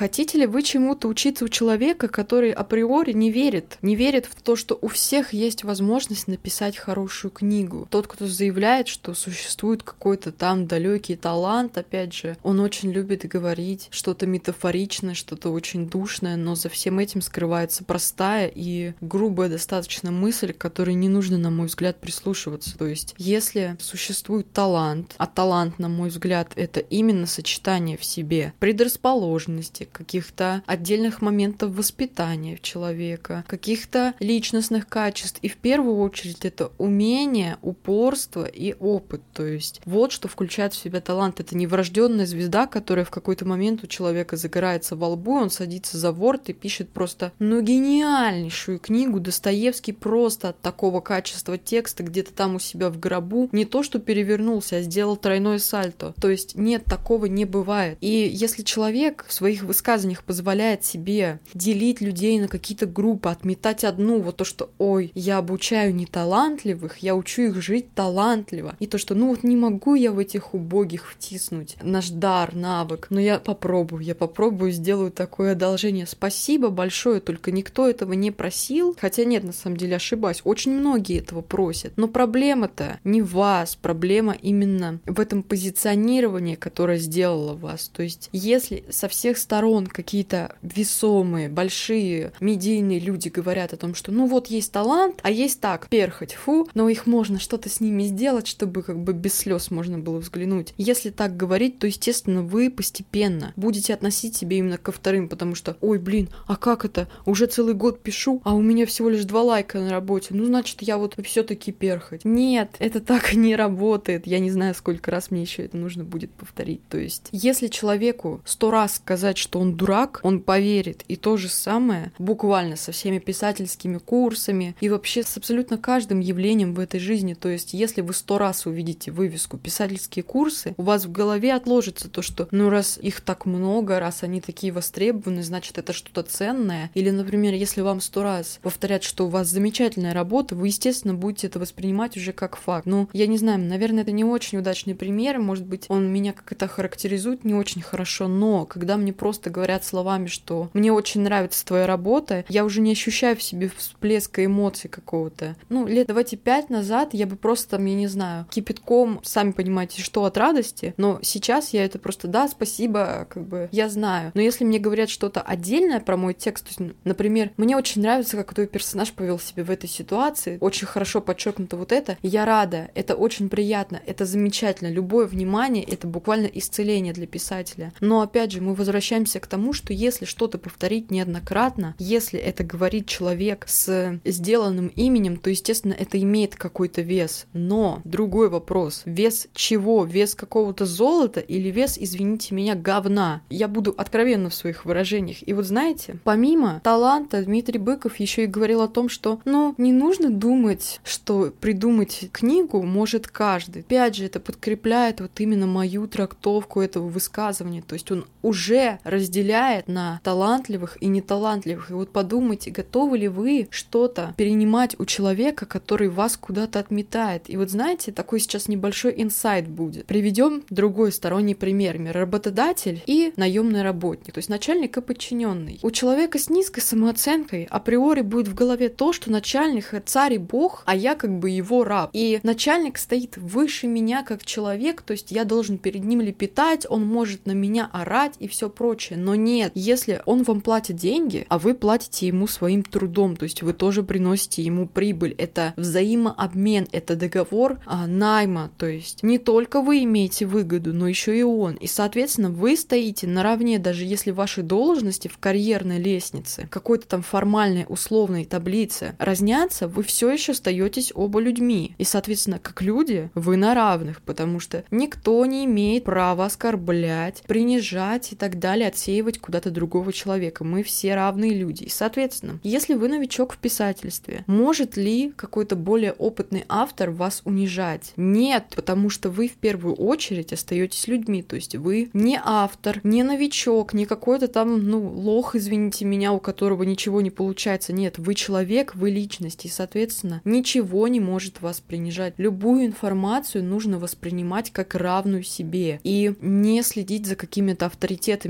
Хотите ли вы чему-то учиться у человека, который априори не верит, не верит в то, что у всех есть возможность написать хорошую книгу? Тот, кто заявляет, что существует какой-то там далекий талант, опять же, он очень любит говорить что-то метафоричное, что-то очень душное, но за всем этим скрывается простая и грубая достаточно мысль, к которой не нужно, на мой взгляд, прислушиваться. То есть, если существует талант, а талант, на мой взгляд, это именно сочетание в себе предрасположенности, каких-то отдельных моментов воспитания человека, каких-то личностных качеств, и в первую очередь это умение, упорство и опыт. То есть вот что включает в себя талант. Это не врожденная звезда, которая в какой-то момент у человека загорается во лбу, он садится за ворд и пишет просто, ну, гениальнейшую книгу. Достоевский просто от такого качества текста где-то там у себя в гробу не то что перевернулся, а сделал тройное сальто. То есть нет, такого не бывает. И если человек в своих высказываниях позволяет себе делить людей на какие-то группы, отметать одну, вот то, что ой, я обучаю неталантливых, я учу их жить талантливо, и то, что ну вот не могу я в этих убогих втиснуть наш дар, навык, но я попробую, я попробую, сделаю такое одолжение. Спасибо большое, только никто этого не просил, хотя нет, на самом деле ошибаюсь, очень многие этого просят, но проблема-то не в вас, проблема именно в этом позиционировании, которое сделало вас. То есть если со всех сторон какие-то весомые, большие медийные люди говорят о том, что ну вот есть талант, а есть так, перхоть, фу, но их можно что-то с ними сделать, чтобы как бы без слез можно было взглянуть. Если так говорить, то, естественно, вы постепенно будете относить себя именно ко вторым, потому что, ой, блин, а как это? Уже целый год пишу, а у меня всего лишь два лайка на работе, ну, значит, я вот все-таки перхоть. Нет, это так не работает. Я не знаю, сколько раз мне еще это нужно будет повторить. То есть, если человеку сто раз сказать, что он дурак, он поверит. И то же самое буквально со всеми писательскими курсами и вообще с абсолютно каждым явлением в этой жизни. То есть, если вы сто раз увидите вывеску «писательские курсы», у вас в голове отложится то, что ну раз их так много, раз они такие востребованы, значит, это что-то ценное. Или, например, если вам сто раз повторят, что у вас замечательная работа, вы, естественно, будете это воспринимать уже как факт. Ну, я не знаю, наверное, это не очень удачный пример, может быть, он меня как-то характеризует не очень хорошо, но когда мне просто говорят словами, что мне очень нравится твоя работа, я уже не ощущаю в себе всплеска эмоций какого-то. Ну, лет давайте пять назад я бы просто, там, я не знаю, кипятком, сами понимаете, что от радости, но сейчас я это просто, да, спасибо, как бы, я знаю. Но если мне говорят что-то отдельное про мой текст, то есть, например, мне очень нравится, как твой персонаж повел себя в этой ситуации, очень хорошо подчеркнуто вот это, и я рада, это очень приятно, это замечательно, любое внимание — это буквально исцеление для писателя. Но, опять же, мы возвращаемся к тому, что если что-то повторить неоднократно, если это говорит человек с сделанным именем, то, естественно, это имеет какой-то вес. Но другой вопрос. Вес чего? Вес какого-то золота или вес, извините меня, говна? Я буду откровенна в своих выражениях. И вот знаете, помимо таланта, Дмитрий Быков еще и говорил о том, что, ну, не нужно думать, что придумать книгу может каждый. Опять же, это подкрепляет вот именно мою трактовку этого высказывания. То есть он уже разделяет на талантливых и неталантливых. И вот подумайте, готовы ли вы что-то перенимать у человека, который вас куда-то отметает. И вот знаете, такой сейчас небольшой инсайт будет. Приведем другой сторонний пример. Работодатель и наемный работник, то есть начальник и подчиненный. У человека с низкой самооценкой априори будет в голове то, что начальник — царь и бог, а я как бы его раб. И начальник стоит выше меня как человек, то есть я должен перед ним лепетать, он может на меня орать и все прочее. Но нет, если он вам платит деньги, а вы платите ему своим трудом, то есть вы тоже приносите ему прибыль, это взаимообмен, это договор а, найма, то есть не только вы имеете выгоду, но еще и он. И, соответственно, вы стоите наравне, даже если ваши должности в карьерной лестнице, какой-то там формальной условной таблице разнятся, вы все еще остаетесь оба людьми. И, соответственно, как люди, вы на равных, потому что никто не имеет права оскорблять, принижать и так далее, отсеивать куда-то другого человека. Мы все равные люди. И, соответственно, если вы новичок в писательстве, может ли какой-то более опытный автор вас унижать? Нет, потому что вы в первую очередь остаетесь людьми, то есть вы не автор, не новичок, не какой-то там, ну, лох, извините меня, у которого ничего не получается. Нет, вы человек, вы личность, и, соответственно, ничего не может вас принижать. Любую информацию нужно воспринимать как равную себе и не следить за какими-то авторитетами, потому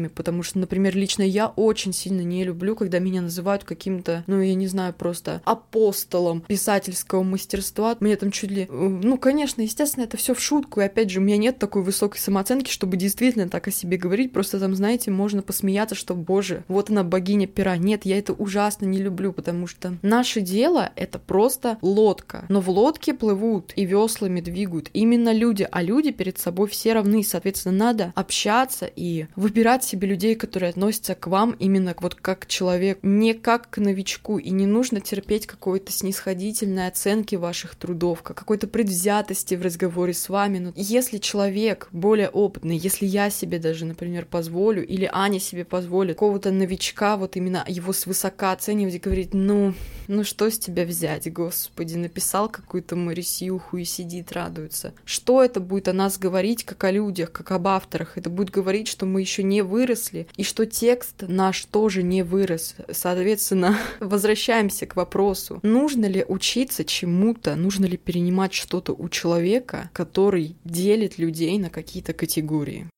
что, например, лично я очень сильно не люблю, когда меня называют каким-то, ну, я не знаю, просто апостолом писательского мастерства. Мне там чуть ли... Ну, конечно, естественно, это все в шутку, и опять же, у меня нет такой высокой самооценки, чтобы действительно так о себе говорить, просто там, знаете, можно посмеяться, что, боже, вот она богиня пера. Нет, я это ужасно не люблю, потому что наше дело — это просто лодка, но в лодке плывут и веслами двигают именно люди, а люди перед собой все равны, соответственно, надо общаться и выбирать себе людей, которые относятся к вам именно вот как к человеку, не как к новичку, и не нужно терпеть какой-то снисходительной оценки ваших трудов, какой-то предвзятости в разговоре с вами. Но если человек более опытный, если я себе даже, например, позволю, или Аня себе позволит какого-то новичка, вот именно его свысока оценивать и говорить, ну, ну что с тебя взять, господи, написал какую-то Марисюху и сидит, радуется. Что это будет о нас говорить, как о людях, как об авторах? Это будет говорить, что мы еще не выросли, и что текст наш тоже не вырос. Соответственно, возвращаемся к вопросу, нужно ли учиться чему-то, нужно ли перенимать что-то у человека, который делит людей на какие-то категории.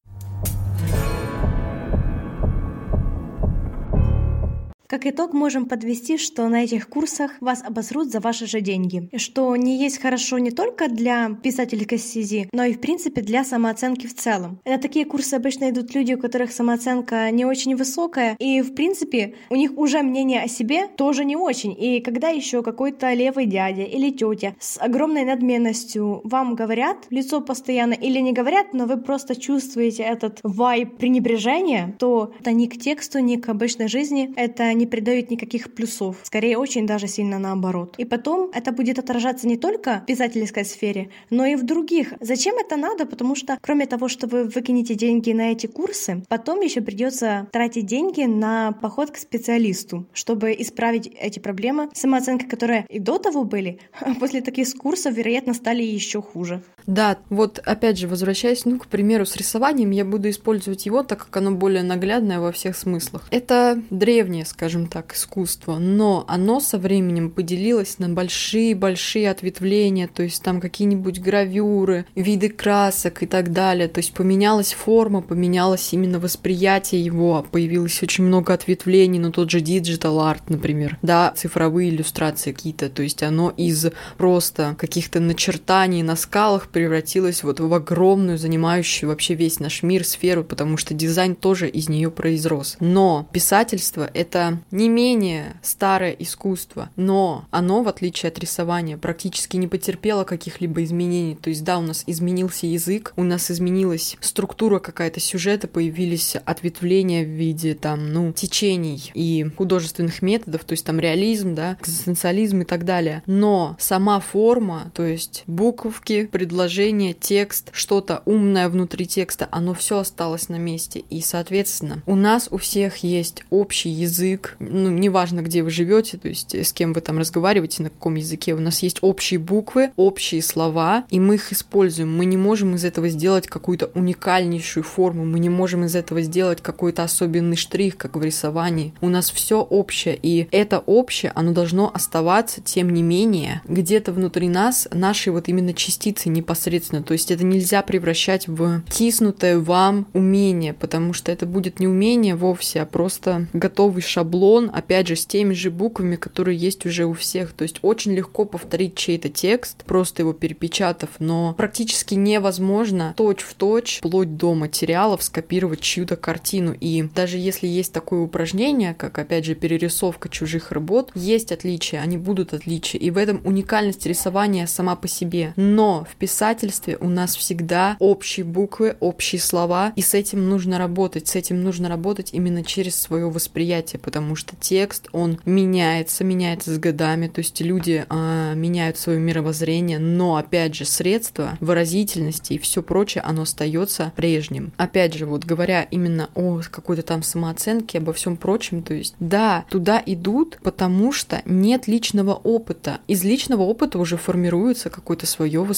Как итог, можем подвести, что на этих курсах вас обосрут за ваши же деньги. И что не есть хорошо не только для писательской стези, но и, в принципе, для самооценки в целом. На такие курсы обычно идут люди, у которых самооценка не очень высокая, и, в принципе, у них уже мнение о себе тоже не очень. И когда еще какой-то левый дядя или тетя с огромной надменностью вам говорят в лицо постоянно или не говорят, но вы просто чувствуете этот вайб пренебрежения, то это ни к тексту, ни к обычной жизни, это не придает никаких плюсов. Скорее, очень даже сильно наоборот. И потом это будет отражаться не только в писательской сфере, но и в других. Зачем это надо? Потому что, кроме того, что вы выкинете деньги на эти курсы, потом еще придется тратить деньги на поход к специалисту, чтобы исправить эти проблемы самооценки, которые и до того были, а после таких курсов, вероятно, стали еще хуже. Да, вот опять же, возвращаясь, ну, к примеру, с рисованием, я буду использовать его, так как оно более наглядное во всех смыслах. Это древнее, скажем так, искусство, но оно со временем поделилось на большие-большие ответвления, то есть там какие-нибудь гравюры, виды красок и так далее, то есть поменялась форма, поменялось именно восприятие его, появилось очень много ответвлений, но тот же диджитал арт, например, да, цифровые иллюстрации какие-то, то есть оно из просто каких-то начертаний на скалах превратилось вот в огромную, занимающую вообще весь наш мир, сферу, потому что дизайн тоже из нее произрос. Но писательство — это не менее старое искусство, но оно, в отличие от рисования, практически не потерпело каких-либо изменений. То есть, да, у нас изменился язык, у нас изменилась структура какая-то сюжета, появились ответвления в виде там, ну, течений и художественных методов, то есть там реализм, да, экзистенциализм и так далее. Но сама форма, то есть буковки, предложение, текст, что-то умное внутри текста, оно все осталось на месте. И, соответственно, у нас у всех есть общий язык, ну, неважно, где вы живете, то есть с кем вы там разговариваете, на каком языке, у нас есть общие буквы, общие слова, и мы их используем. Мы не можем из этого сделать какую-то уникальнейшую форму, мы не можем из этого сделать какой-то особенный штрих, как в рисовании. У нас все общее, и это общее, оно должно оставаться, тем не менее, где-то внутри нас, нашей вот именно частицы непосредственно, то есть это нельзя превращать в тиснутое вам умение, потому что это будет не умение вовсе, а просто готовый шаблон, опять же, с теми же буквами, которые есть уже у всех. То есть очень легко повторить чей-то текст, просто его перепечатав, но практически невозможно точь-в-точь, вплоть до материалов, скопировать чью-то картину. И даже если есть такое упражнение, как, опять же, перерисовка чужих работ, есть отличия, они будут отличия. И в этом уникальность рисования сама по себе. Но в писательстве у нас всегда общие буквы, общие слова, и с этим нужно работать. С этим нужно работать именно через свое восприятие, потому что текст, он меняется, меняется с годами, то есть люди э, меняют свое мировоззрение, но, опять же, средства выразительности и все прочее, оно остается прежним. Опять же, вот говоря именно о какой-то там самооценке, обо всем прочем, то есть, да, туда идут, потому что нет личного опыта. Из личного опыта уже формируется какое-то свое восприятие.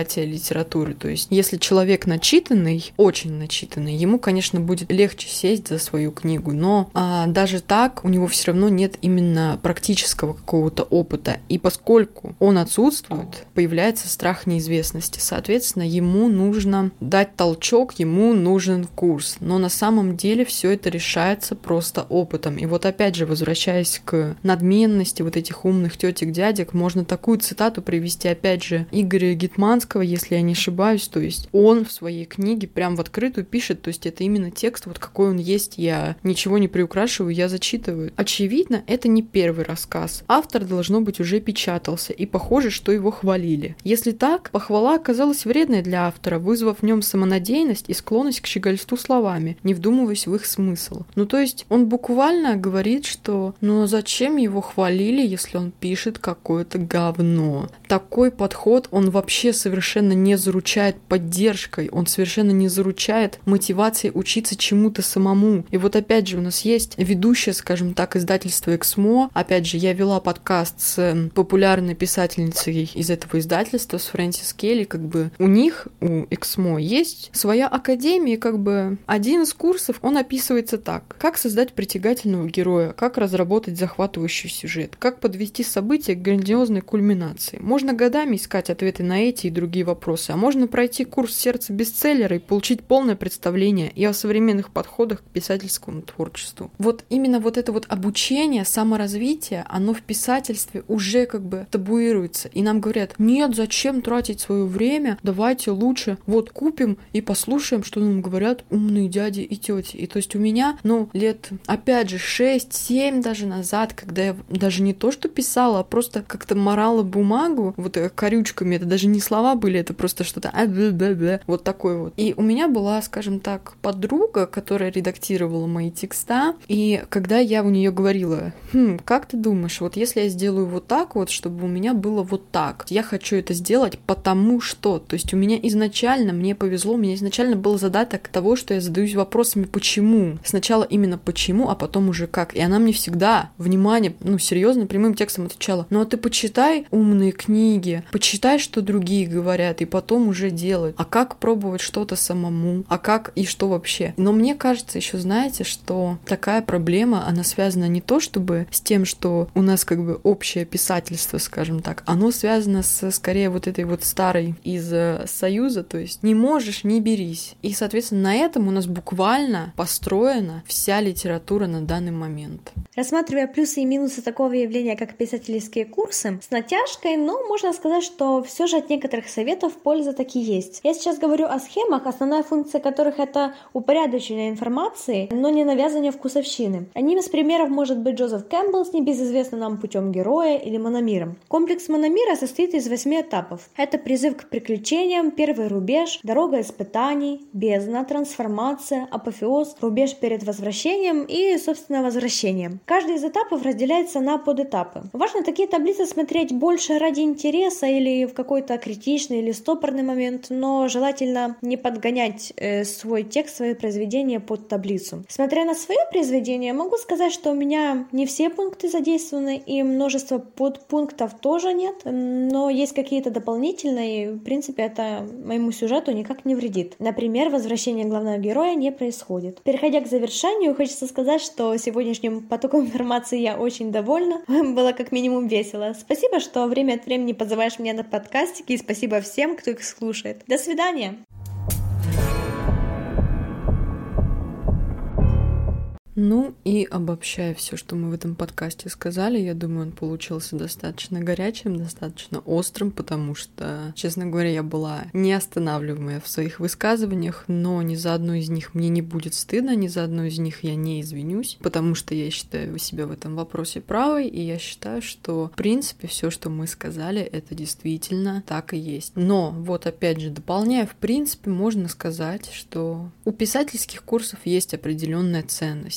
восприятия литературы. То есть, если человек начитанный, очень начитанный, ему, конечно, будет легче сесть за свою книгу, но а, даже так у него все равно нет именно практического какого-то опыта. И поскольку он отсутствует, появляется страх неизвестности. Соответственно, ему нужно дать толчок, ему нужен курс. Но на самом деле все это решается просто опытом. И вот опять же, возвращаясь к надменности вот этих умных тетек, дядек, можно такую цитату привести, опять же, Игоря Гетманского, если я не ошибаюсь. То есть он в своей книге прям в открытую пишет, то есть это именно текст, вот какой он есть, я ничего не приукрашиваю, я зачитываю. Очевидно, это не первый рассказ. Автор, должно быть, уже печатался, и похоже, что его хвалили. Если так, похвала оказалась вредной для автора, вызвав в нем самонадеянность и склонность к щегольству словами, не вдумываясь в их смысл. Ну, то есть он буквально говорит, что ну зачем его хвалили, если он пишет какое-то говно. Такой подход, он вообще совершенно не заручает поддержкой, он совершенно не заручает мотивацией учиться чему-то самому. И вот опять же у нас есть ведущая, скажем так, издательство «Эксмо». Опять же, я вела подкаст с популярной писательницей из этого издательства, с Фрэнсис Келли, как бы у них, у «Эксмо», есть своя академия, как бы один из курсов, он описывается так. Как создать притягательного героя, как разработать захватывающий сюжет, как подвести события к грандиозной кульминации. Можно годами искать ответы на эти и другие вопросы, а можно пройти курс «Сердце бестселлера» и получить полное представление и о современных подходах к писательскому творчеству. Вот именно вот это вот обучение, саморазвитие, оно в писательстве уже как бы табуируется. И нам говорят, нет, зачем тратить свое время, давайте лучше вот купим и послушаем, что нам говорят умные дяди и тети. И то есть у меня, ну, лет, опять же, шесть-семь даже назад, когда я даже не то, что писала, а просто как-то морала бумагу, вот корючками, это даже не слова были, это просто что-то вот такое вот. И у меня была, скажем так, подруга, которая редактировала мои текста, и когда я у нее говорила, хм, как ты думаешь, вот если я сделаю вот так вот, чтобы у меня было вот так, я хочу это сделать потому что, то есть у меня изначально, мне повезло, у меня изначально был задаток того, что я задаюсь вопросами почему. Сначала именно почему, а потом уже как. И она мне всегда, внимание, ну серьезно, прямым текстом отвечала, ну а ты почитай умные книги, почитай, что другие говорят, и потом уже делай. А как пробовать что-то самому? А как и что вообще? Но мне кажется, еще знаете, что такая проблема, она связана не то чтобы с тем, что у нас как бы общее писательство, скажем так, оно связано с скорее вот этой вот старой из Союза, то есть не можешь, не берись. И, соответственно, на этом у нас буквально построена вся литература на данный момент. Рассматривая плюсы и минусы такого явления, как писательские курсы, с натяжкой, но можно сказать, что все же от некоторых советов польза таки есть. Я сейчас говорю о схемах, основная функция которых это упорядочение информации, но не навязывание вкусовщины. Одним из примеров может быть Джозеф Кэмпбелл с небезызвестным нам путем героя или Мономиром. Комплекс Мономира состоит из восьми этапов. Это призыв к приключениям, первый рубеж, дорога испытаний, бездна, трансформация, апофеоз, рубеж перед возвращением и, собственно, возвращением. Каждый из этапов разделяется на подэтапы. Важно такие таблицы смотреть больше ради интереса или в какой-то критичный или стопорный момент, но желательно не подгонять э, свой текст, свои произведения под таблицу. Смотря на свое произведение, могу сказать, что у меня не все пункты задействованы и множество подпунктов тоже нет, но есть какие-то дополнительные, и в принципе это моему сюжету никак не вредит. Например, возвращение главного героя не происходит. Переходя к завершению, хочется сказать, что сегодняшним потоком информации я очень довольна. Было как минимум весело. Спасибо, что время от времени позываешь меня на подкастики, и спасибо всем, кто их слушает. До свидания! Ну и обобщая все, что мы в этом подкасте сказали, я думаю, он получился достаточно горячим, достаточно острым, потому что, честно говоря, я была неостанавливаемая в своих высказываниях, но ни за одно из них мне не будет стыдно, ни за одно из них я не извинюсь, потому что я считаю себя в этом вопросе правой, и я считаю, что, в принципе, все, что мы сказали, это действительно так и есть. Но вот опять же, дополняя, в принципе, можно сказать, что у писательских курсов есть определенная ценность.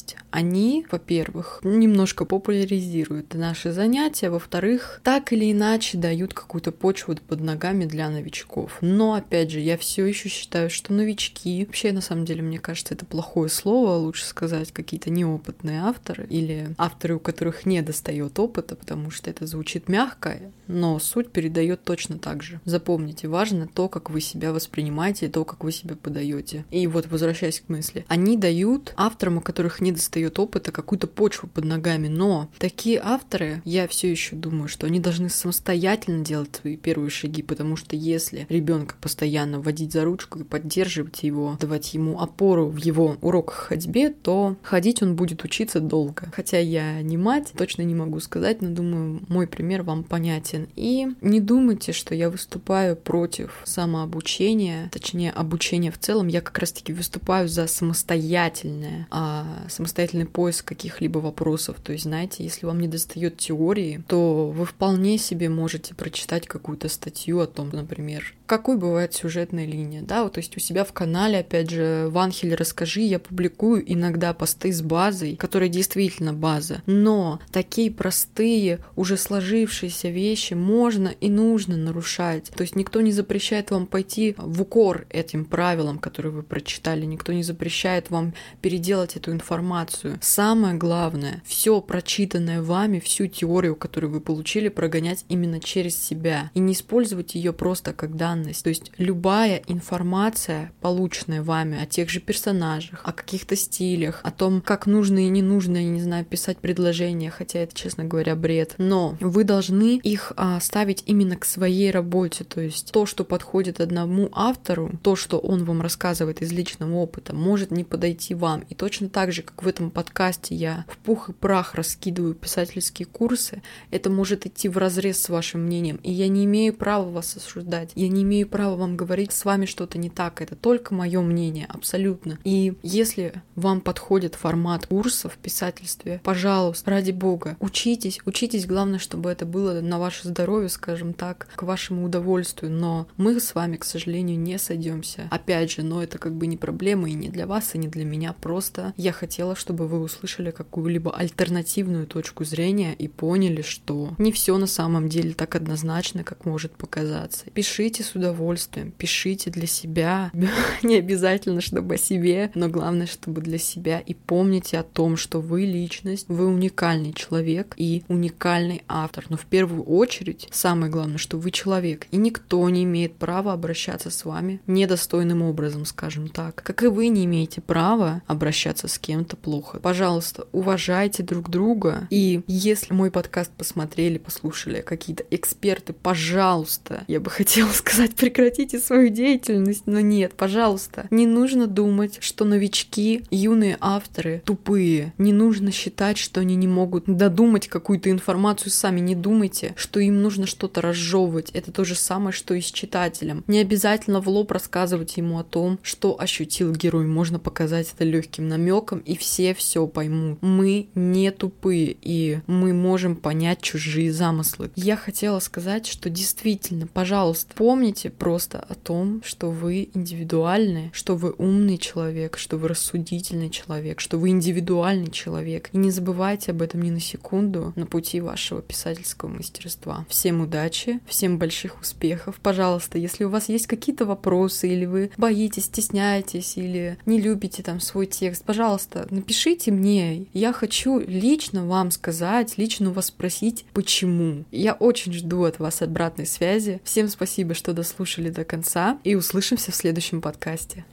есть они, во-первых, немножко популяризируют наши занятия, во-вторых, так или иначе дают какую-то почву под ногами для новичков. Но, опять же, я все еще считаю, что новички, вообще, на самом деле, мне кажется, это плохое слово, лучше сказать, какие-то неопытные авторы или авторы, у которых не достает опыта, потому что это звучит мягко, но суть передает точно так же. Запомните, важно то, как вы себя воспринимаете, и то, как вы себя подаете. И вот, возвращаясь к мысли, они дают авторам, у которых не достает опыта, какую-то почву под ногами, но такие авторы, я все еще думаю, что они должны самостоятельно делать свои первые шаги, потому что если ребенка постоянно водить за ручку и поддерживать его, давать ему опору в его уроках ходьбе, то ходить он будет учиться долго. Хотя я не мать, точно не могу сказать, но думаю, мой пример вам понятен. И не думайте, что я выступаю против самообучения, точнее обучения в целом. Я как раз-таки выступаю за самостоятельное, а, самостоятельный поиск каких-либо вопросов. То есть, знаете, если вам не достает теории, то вы вполне себе можете прочитать какую-то статью о том, например, какой бывает сюжетная линия, да, вот, то есть у себя в канале, опять же, в Анхеле расскажи, я публикую иногда посты с базой, которые действительно база, но такие простые, уже сложившиеся вещи можно и нужно нарушать, то есть никто не запрещает вам пойти в укор этим правилам, которые вы прочитали, никто не запрещает вам переделать эту информацию. Самое главное, все прочитанное вами, всю теорию, которую вы получили, прогонять именно через себя и не использовать ее просто как данность. То есть любая информация, полученная вами о тех же персонажах, о каких-то стилях, о том, как нужно и не нужно, я не знаю, писать предложения, хотя это, честно говоря, бред, но вы должны их а, ставить именно к своей работе, то есть то, что подходит одному автору, то, что он вам рассказывает из личного опыта, может не подойти вам. И точно так же, как в этом подкасте я в пух и прах раскидываю писательские курсы, это может идти вразрез с вашим мнением, и я не имею права вас осуждать, я не имею права вам говорить, с вами что-то не так, это только мое мнение, абсолютно. И если вам подходит формат курсов в писательстве, пожалуйста, ради бога, учитесь, учитесь, главное, чтобы это было на ваше здоровье, скажем так, к вашему удовольствию, но мы с вами, к сожалению, не сойдемся. Опять же, но это как бы не проблема и не для вас, и не для меня, просто я хотела, чтобы вы услышали какую-либо альтернативную точку зрения и поняли, что не все на самом деле так однозначно, как может показаться. Пишите с удовольствием, пишите для себя, не обязательно, чтобы о себе, но главное, чтобы для себя, и помните о том, что вы личность, вы уникальный человек и уникальный автор, но в первую очередь самое главное, что вы человек, и никто не имеет права обращаться с вами недостойным образом, скажем так, как и вы не имеете права обращаться с кем-то плохо. Пожалуйста, уважайте друг друга, и если мой подкаст посмотрели, послушали какие-то эксперты, пожалуйста, я бы хотела сказать, прекратите свою деятельность, но нет, пожалуйста, не нужно думать, что новички, юные авторы тупые, не нужно считать, что они не могут додумать какую-то информацию сами, не думайте, что им нужно что-то разжевывать, это то же самое, что и с читателем. Не обязательно в лоб рассказывать ему о том, что ощутил герой, можно показать это легким намеком, и все все поймут. Мы не тупые, и мы можем понять чужие замыслы. Я хотела сказать, что действительно, пожалуйста, помните просто о том, что вы индивидуальны, что вы умный человек, что вы рассудительный человек, что вы индивидуальный человек. И не забывайте об этом ни на секунду на пути вашего писательского мастерства. Всем удачи, всем больших успехов. Пожалуйста, если у вас есть какие-то вопросы, или вы боитесь, стесняетесь, или не любите там свой текст, пожалуйста, напишите мне. Я хочу лично вам сказать, лично у вас спросить, почему. Я очень жду от вас обратной связи. Всем спасибо, что дослушали до конца, и услышимся в следующем подкасте.